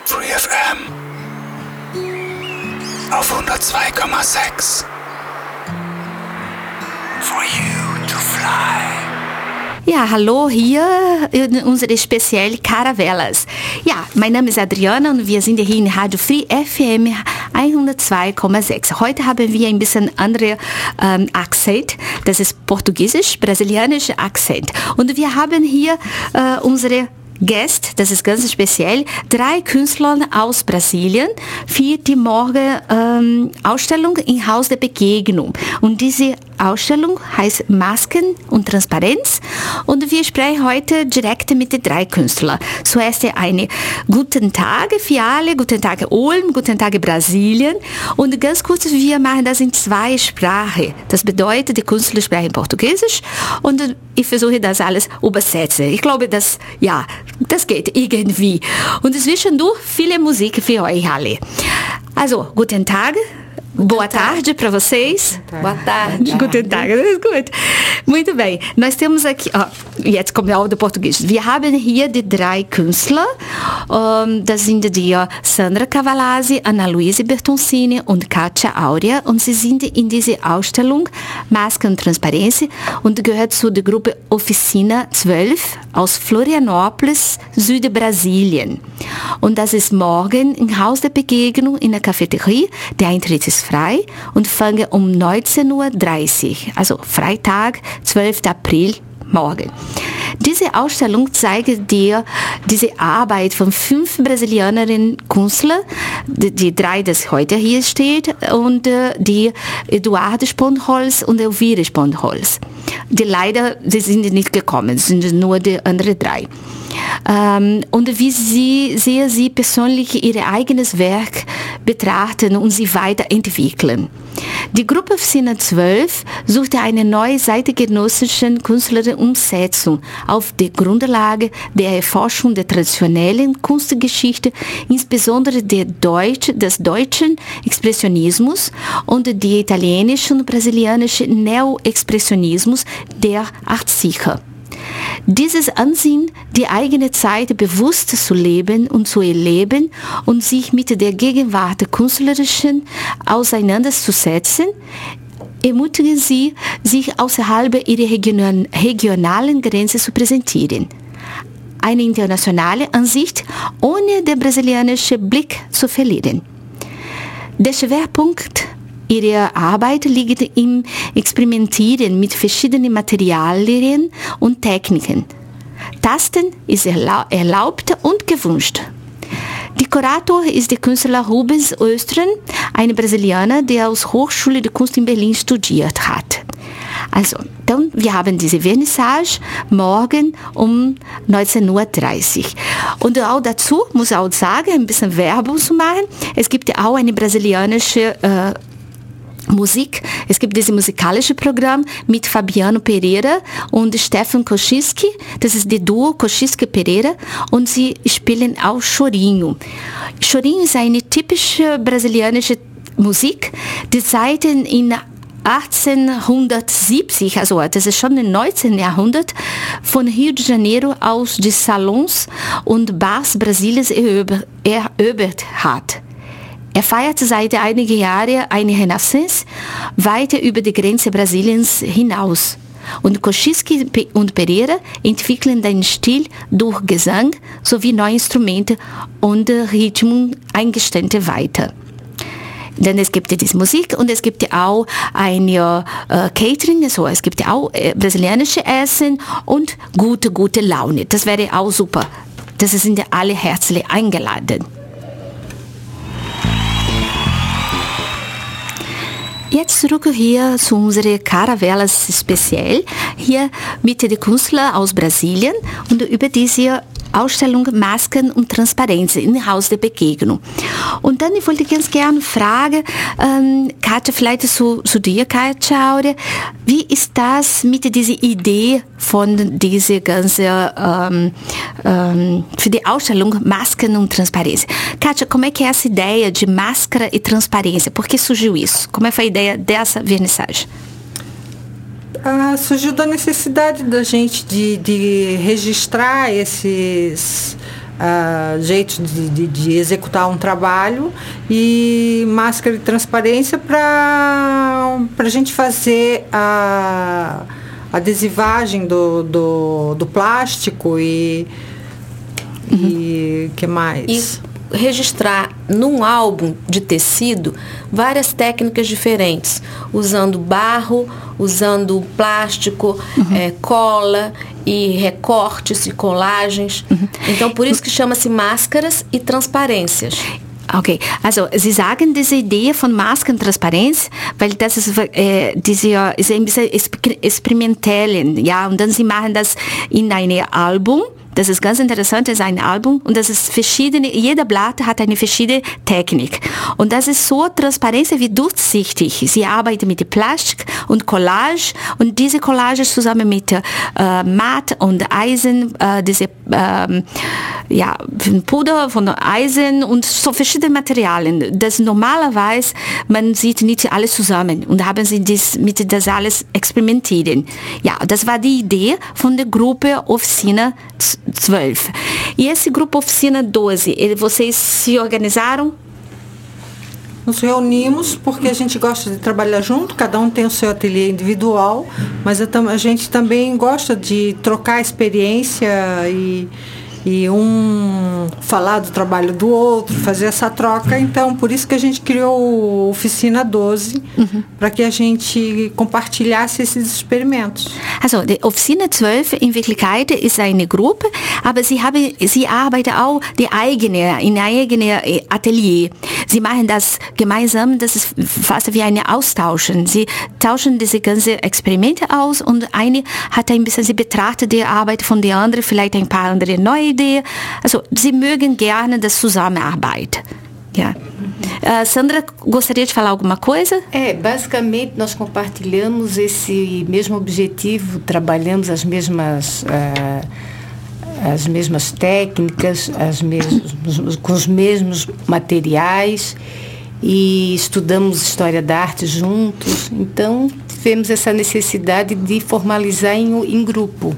Free FM auf 102,6. For you to fly. Ja, hallo hier in unserem Spezial Caravelas. Ja, mein Name ist Adriana und wir sind hier in Radio Free FM 102,6. Heute haben wir ein bisschen andere Akzent. Das ist portugiesisch, brasilianischer Akzent. Und wir haben hier unsere Gäste, das ist ganz speziell, 3 Künstler aus Brasilien für die morgen Ausstellung im Haus der Begegnung. Und diese Ausstellung heißt Masken und Transparenz und wir sprechen heute direkt mit den 3 Künstlern. Zuerst eine Guten Tag für alle, Guten Tag Ulm, Guten Tag Brasilien und ganz kurz, wir machen das in 2 Sprachen. Das bedeutet, die Künstler sprechen Portugiesisch und ich versuche das alles übersetzen. Ich glaube, das geht irgendwie. Und zwischendurch viele Musik für euch alle. Also, Guten Tag. Boa tarde para vocês. Boa tarde. Guten Tag, das ist gut. Muito bem. Nós temos aqui, jetzt kommt ja auch der Portugies. Wir haben hier die 3 Künstler. Das sind die Sandra Cavalazzi, Ana Luisa Bertoncini und Katia Aurea. Und sie sind in dieser Ausstellung Masken und Transparenz und gehört zu der Gruppe Oficina 12 aus Florianópolis, Südbrasilien. Und das ist morgen im Haus der Begegnung in der Cafeteria. Der Eintritt ist frei und fange um 19:30 Uhr, also Freitag, 12. April, morgen. Diese Ausstellung zeigt dir diese Arbeit von 5 brasilianischen Künstlern, die 3, das heute hier steht, und die Eduardo Spondholz und Elvira Spondholz. Die leider, sie sind nicht gekommen, sind nur die anderen 3. Und wie sie persönlich ihr eigenes Werk betrachten und sie weiterentwickeln. Die Gruppe Oficina 12 suchte eine neue zeitgenössische künstlerische Umsetzung auf der Grundlage der Erforschung der traditionellen Kunstgeschichte, insbesondere des deutschen Expressionismus und der italienischen und brasilianischen Neo-Expressionismus der 80er. Dieses Ansinnen, die eigene Zeit bewusst zu leben und zu erleben und sich mit der Gegenwart der künstlerischen auseinanderzusetzen, ermutigen sie, sich außerhalb ihrer regionalen Grenze zu präsentieren. Eine internationale Ansicht, ohne den brasilianischen Blick zu verlieren. Der Schwerpunkt ihre Arbeit liegt im Experimentieren mit verschiedenen Materialien und Techniken. Tasten ist erlaubt und gewünscht. Die Kurator ist der Künstler Rubens Östrem, ein Brasilianer, der aus Hochschule der Kunst in Berlin studiert hat. Also, dann, wir haben diese Vernissage morgen um 19:30 Uhr. Und auch dazu muss ich auch sagen, ein bisschen Werbung zu machen. Es gibt auch eine brasilianische Musik. Es gibt dieses musikalische Programm mit Fabiano Pereira und Stefan Koschinski. Das ist die Duo Koschinski-Pereira und sie spielen auch Chorinho. Chorinho ist eine typische brasilianische Musik, die seit in 1870, also das ist schon im 19. Jahrhundert, von Rio de Janeiro aus die Salons und Bars Brasiliens erobert hat. Er feiert seit einigen Jahren eine Renaissance weiter über die Grenze Brasiliens hinaus. Und Koschinski und Pereira entwickeln den Stil durch Gesang sowie neue Instrumente und Rhythmen eingestellte weiter. Denn es gibt diese Musik und es gibt auch ein Catering, also es gibt auch brasilianische Essen und gute Laune. Das wäre auch super. Das sind alle herzlich eingeladen. Jetzt zurück hier zu unserer Caravelas Spezial, hier mit den Künstlern aus Brasilien und über diese Ausstellung Masken und Transparenz im Haus der Begegnung. Und dann ich wollte ganz gerne fragen, Katja, vielleicht zu dir, Katja, wie ist das mit dieser Idee von dieser ganzen, für die Ausstellung Masken und Transparência? Katja, como é que é essa ideia de máscara e transparência? Por que surgiu isso? Como é que foi a ideia dessa vernissagem? Surgiu da necessidade da gente de registrar esses jeitos de executar um trabalho e máscara de transparência para a gente fazer a adesivagem do plástico e que mais? E registrar num álbum de tecido várias técnicas diferentes, usando barro, usando plástico, cola e recortes e colagens. Então, por isso que chama-se máscaras e transparências. Okay, also Sie sagen diese Idee von Maskentransparenz, weil das ist, ist ein bisschen experimentell, ja, und dann Sie machen das in einem Album. Das ist ganz interessant, das ist ein Album und das ist jeder Blatt hat eine verschiedene Technik. Und das ist so transparent wie durchsichtig. Sie arbeiten mit Plastik und Collage und diese Collage zusammen mit Matt und Eisen, diese Puder von Eisen und so verschiedene Materialien. Das normalerweise, man sieht nicht alles zusammen und haben sie das alles experimentieren. Ja, das war die Idee von der Gruppe Oficina 12. E esse grupo Oficina 12, vocês se organizaram? Nos reunimos porque a gente gosta de trabalhar junto, cada um tem o seu ateliê individual, mas a gente também gosta de trocar experiência e um falar do trabalho do outro, fazer essa troca. Então, por isso que a gente criou o Oficina 12, para que a gente compartilhasse esses experimentos. Also, die Oficina 12 in Wirklichkeit ist eine Gruppe, aber sie arbeiten auch in eigene Atelier. Sie machen das gemeinsam, das ist fast wie ein Austauschen. Sie tauschen diese ganzen Experimente aus und eine hat ein bisschen, sie betrachtet die Arbeit von der anderen, vielleicht ein paar andere neue Ideen. Also, sie mögen gerne das Zusammenarbeit. Ja. Sandra, gostaria de falar alguma coisa? Basicamente nós compartilhamos esse mesmo objetivo, trabalhamos as mesmas técnicas, com os mesmos materiais e estudamos história da arte juntos. Então, tivemos essa necessidade de formalizar em grupo.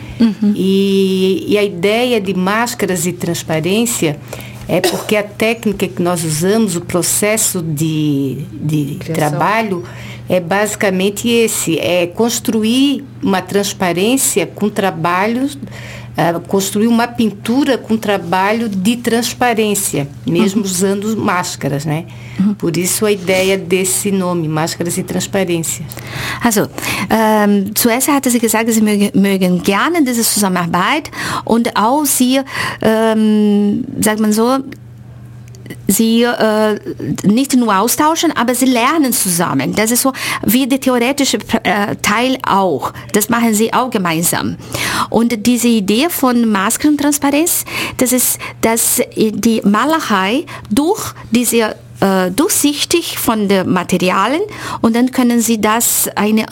E a ideia de máscaras e transparência é porque a técnica que nós usamos, o processo de trabalho, é basicamente esse, é construir uma transparência com trabalhos, construir uma pintura com trabalho de transparência, mesmo usando máscaras, né? Por isso a ideia desse nome, Máscaras e Transparência. Also, zuerst hatte sie gesagt, sie mögen gerne diese Zusammenarbeit und auch sie, sagt man so, sie nicht nur austauschen, aber sie lernen zusammen. Das ist so wie der theoretische Teil auch. Das machen sie auch gemeinsam. Und diese Idee von Maskentransparenz, das ist, dass die Malerei durch diese durchsichtig von den Materialien und dann können sie das eine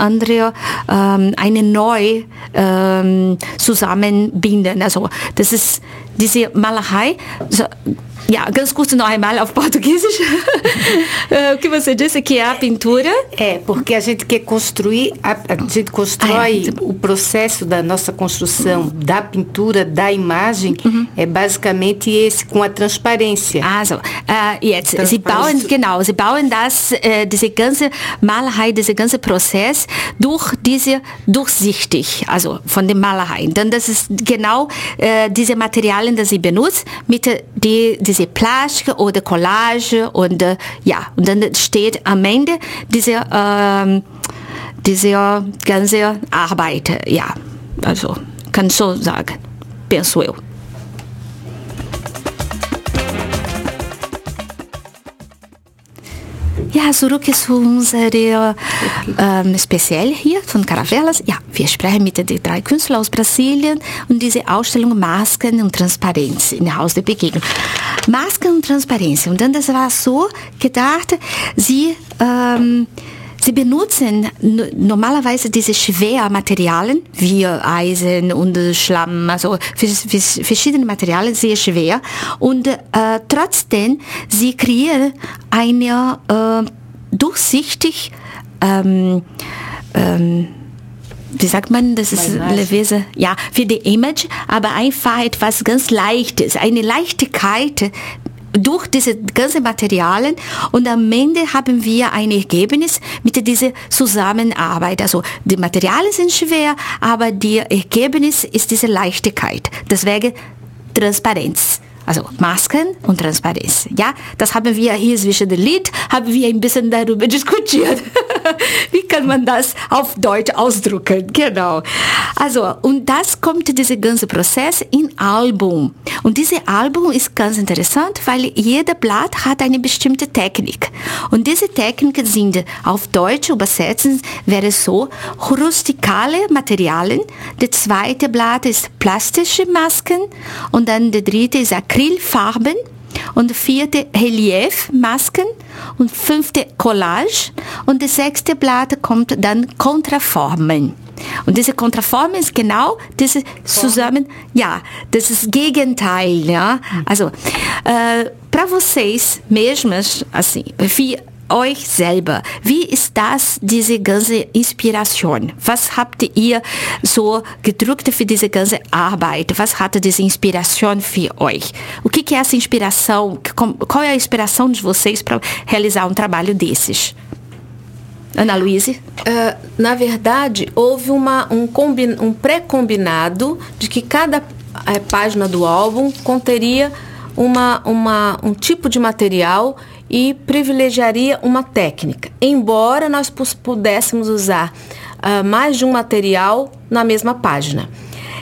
neu zusammenbinden. Also das ist diese Malerei. So, ja, ganz kurz noch einmal auf Português. O que você disse que é a pintura? Porque a gente quer construir, a gente constrói o processo da nossa construção da pintura, da imagem, é basicamente esse, com a transparência. Also, jetzt, Sie bauen diese ganze Malerei, diese ganze Prozess durch diese durchsichtig, also von der Malerei. Dann das ist genau diese Materialien, die Sie benutzen, mit diese Plastik oder Collage und und dann steht am Ende diese ganze Arbeit, also kann so sagen, penso eu. Ja, zurück zu unserer Speziell hier von Caravelas. Ja, wir sprechen mit den 3 Künstlern aus Brasilien und diese Ausstellung Masken und Transparenz im Haus der Begegnung. Masken und Transparenz. Und dann, das war so gedacht, sie benutzen normalerweise diese schweren Materialien wie Eisen und Schlamm, also verschiedene Materialien, sehr schwer. Und trotzdem, sie kreieren eine durchsichtig wie sagt man, das ist Levese, ja, für die Image, aber einfach etwas ganz Leichtes, eine Leichtigkeit durch diese ganzen Materialien und am Ende haben wir ein Ergebnis mit dieser Zusammenarbeit. Also die Materialien sind schwer, aber das Ergebnis ist diese Leichtigkeit. Deswegen Transparenz. Also Masken und Transparenz. Ja, das haben wir hier zwischen dem Lied, haben wir ein bisschen darüber diskutiert. Wie kann man das auf Deutsch ausdrücken? Genau. Also, und das kommt, dieser ganze Prozess in Album. Und dieses Album ist ganz interessant, weil jeder Blatt hat eine bestimmte Technik. Und diese Techniken sind auf Deutsch übersetzen, wäre so, rustikale Materialien. Der zweite Blatt ist plastische Masken und dann der dritte ist Acrylfarben und der vierte Reliefmasken und fünfte Collage und das sechste Blatt kommt dann Kontraformen. Und diese Kontraformen ist genau diese zusammen, ja, das ist Gegenteil, ja. Also, para vocês mesmas, assim, für euch selber, wie ist das, diese ganze Inspiration? Was habt ihr so gedrückt für diese ganze Arbeit? Was hatte diese Inspiração für euch? O que é essa inspiração? Qual é a inspiração de vocês para realizar trabalho desses? Ana Luísa? Na verdade, houve um pré-combinado de que cada página do álbum conteria um tipo de material e privilegiaria uma técnica, embora nós pudéssemos usar mais de um material na mesma página.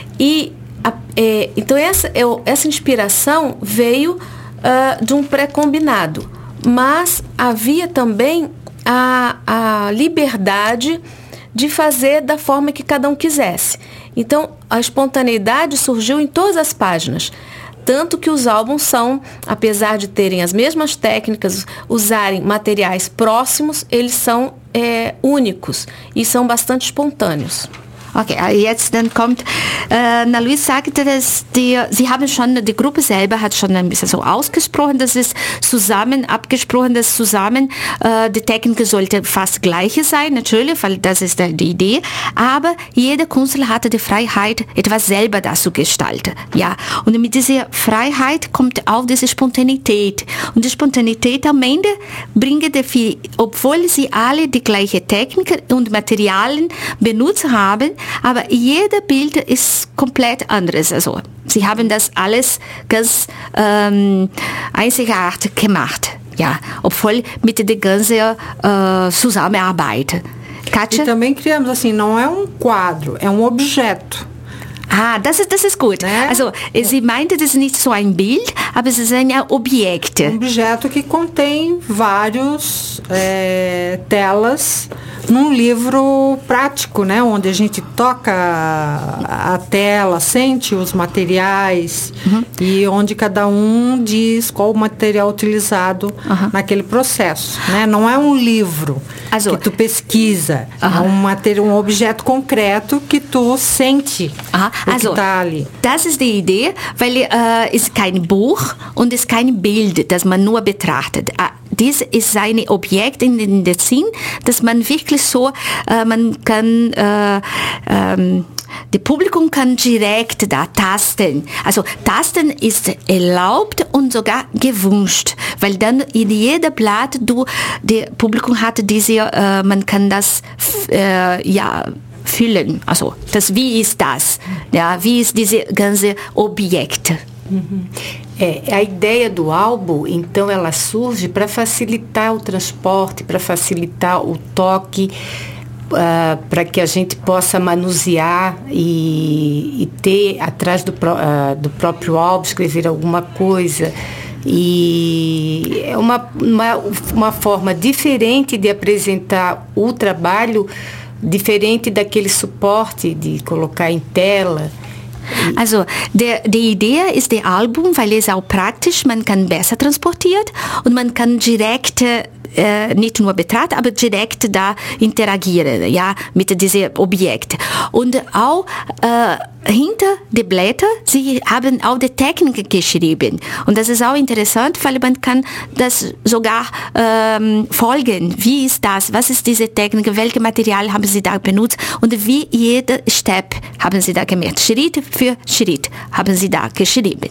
Então essa inspiração veio de um pré-combinado, mas havia também a liberdade de fazer da forma que cada um quisesse. Então a espontaneidade surgiu em todas as páginas. Tanto que os álbuns são, apesar de terem as mesmas técnicas, usarem materiais próximos, eles são únicos e são bastante espontâneos. Okay, jetzt dann kommt, Ana Luísa sagte, dass Sie haben schon, die Gruppe selber hat schon ein bisschen so ausgesprochen, dass es zusammen abgesprochen, dass zusammen die Technik sollte fast gleiche sein, natürlich, weil das ist die Idee, aber jeder Künstler hatte die Freiheit, etwas selber das zu gestalten, ja, und mit dieser Freiheit kommt auch diese Spontanität und die Spontanität am Ende bringt obwohl sie alle die gleiche Technik und Materialien benutzt haben, aber jeder Bild ist komplett anderes. Also, sie haben das alles ganz einzigartig gemacht. Ja, obwohl mit der ganzen Zusammenarbeit. Katja? E também criamos assim, não é quadro, é objeto. Ah, das ist gut. Né? Also, sie meinte, das ist nicht so ein Bild, aber es ist ein Objekt. Objeto que contém vários telas num livro prático, né? Onde a gente toca a tela, sente os materiais e onde cada um diz qual o material utilizado naquele processo, né? Não é um livro que tu pesquisa, é um objeto concreto que tu sente. Also, das ist die Idee, weil es ist kein Buch und es ist kein Bild, das man nur betrachtet. Dies ist ein Objekt in der Sinn, dass man wirklich so, man kann, das Publikum kann direkt da tasten. Also Tasten ist erlaubt und sogar gewünscht, weil dann in jedem Blatt das Publikum hat diese, man kann das, fühlen. Also, wie ist das? Ja, wie ist diese ganze Objekt? A ideia do álbum, então, ela surge para facilitar o transporte, para facilitar o toque, para que a gente possa manusear e ter atrás do próprio álbum, escrever alguma coisa. E é uma forma diferente de apresentar o trabalho, diferente daquele suporte de colocar em tela. Also die Idee ist das Album, weil es auch praktisch, man kann besser transportiert und man kann direkt nicht nur betrachten, aber direkt da interagieren, ja, mit diesem Objekt. Und auch hinter den Blättern, sie haben auch die Technik geschrieben. Und das ist auch interessant, weil man kann das sogar folgen. Wie ist das? Was ist diese Technik? Welche Material haben sie da benutzt? Und wie jeder Step haben sie da gemacht? Schritt für Schritt haben sie da geschrieben.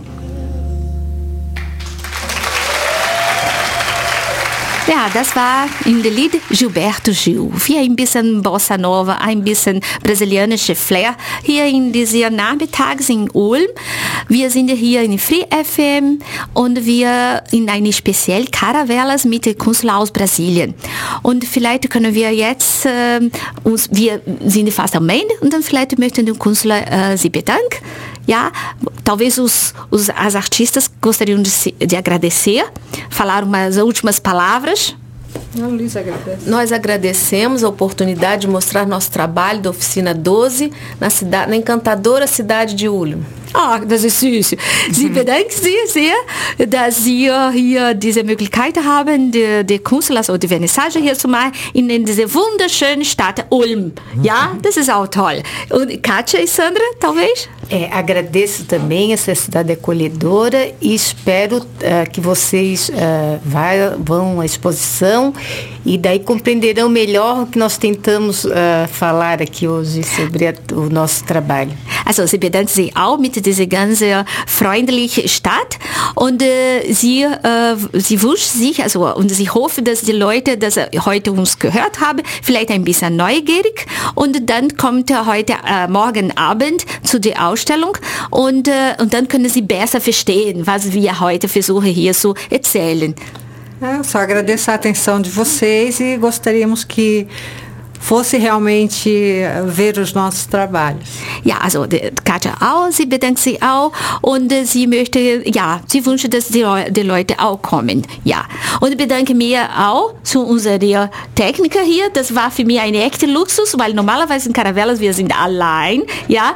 Ja, das war in dem Lied Gilberto Gil. Hier ein bisschen Bossa Nova, ein bisschen brasilianische Flair. Hier in dieser Nachmittags in Ulm. Wir sind hier in Free FM und wir in eine spezielle Caravelas mit Künstlern aus Brasilien. Und vielleicht können wir jetzt wir sind fast am Ende und dann vielleicht möchten die Künstler sie bedanken. Ja, talvez as artistas gostariam de agradecer, falar umas últimas palavras. A Luísa agradece. Nós agradecemos a oportunidade de mostrar nosso trabalho da Oficina 12 na encantadora cidade de Ulm. Ah, das ist süß. Sie bedanken sich sehr, dass Sie hier diese Möglichkeit haben, die Künstler oder die Vernissage hier zu machen in dieser wunderschönen Stadt Ulm. Ja, das ist auch toll. Und Kátia e Sandra, talvez? Agradeço também essa cidade acolhedora e espero que vocês vão à exposição e daí compreenderão melhor o que nós tentamos falar aqui hoje sobre o nosso trabalho. Also sie bedanken sich auch mit dieser ganzen freundlichen Stadt und sie wünschen sich, und sie hoffen, dass die Leute, das heute uns gehört haben, vielleicht ein bisschen neugierig und dann kommt heute morgen Abend zu der Ausstellung und dann können sie besser verstehen, was wir heute versuchen hier zu erzählen. Eu só agradeço a atenção de vocês e gostaríamos que fosse realmente ver os nossos trabalhos. Ja, also Kátia auch, sie bedankt sich auch und sie möchte, ja, sie wünscht, dass die Leute auch kommen. Ja, und ich bedanke mich auch zu unserer Techniker hier. Das war für mich ein echter Luxus, weil normalerweise in Caravelas wir sind allein, ja.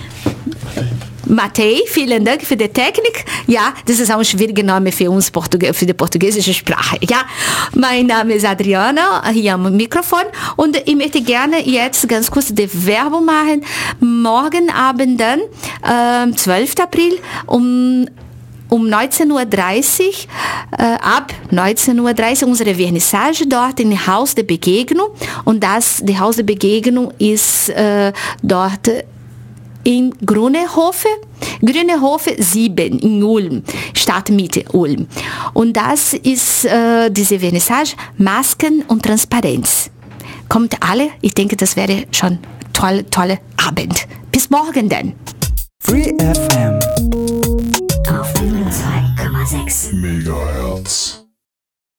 Matei, vielen Dank für die Technik. Ja, das ist auch ein schwieriger Name für uns für die portugiesische Sprache. Ja, mein Name ist Adriana, hier am Mikrofon und ich möchte gerne jetzt ganz kurz die Werbung machen. Morgen Abend dann, 12. April, um 19:30 Uhr, ab 19:30 Uhr unsere Vernissage dort im Haus der Begegnung und das Haus der Begegnung ist dort in Grünehofe 7 in Ulm, Stadtmitte Ulm. Und das ist diese Vernissage Masken und Transparenz. Kommt alle, ich denke, das wäre schon tolle Abend. Bis morgen dann. Free FM auf 102,6 Megahertz.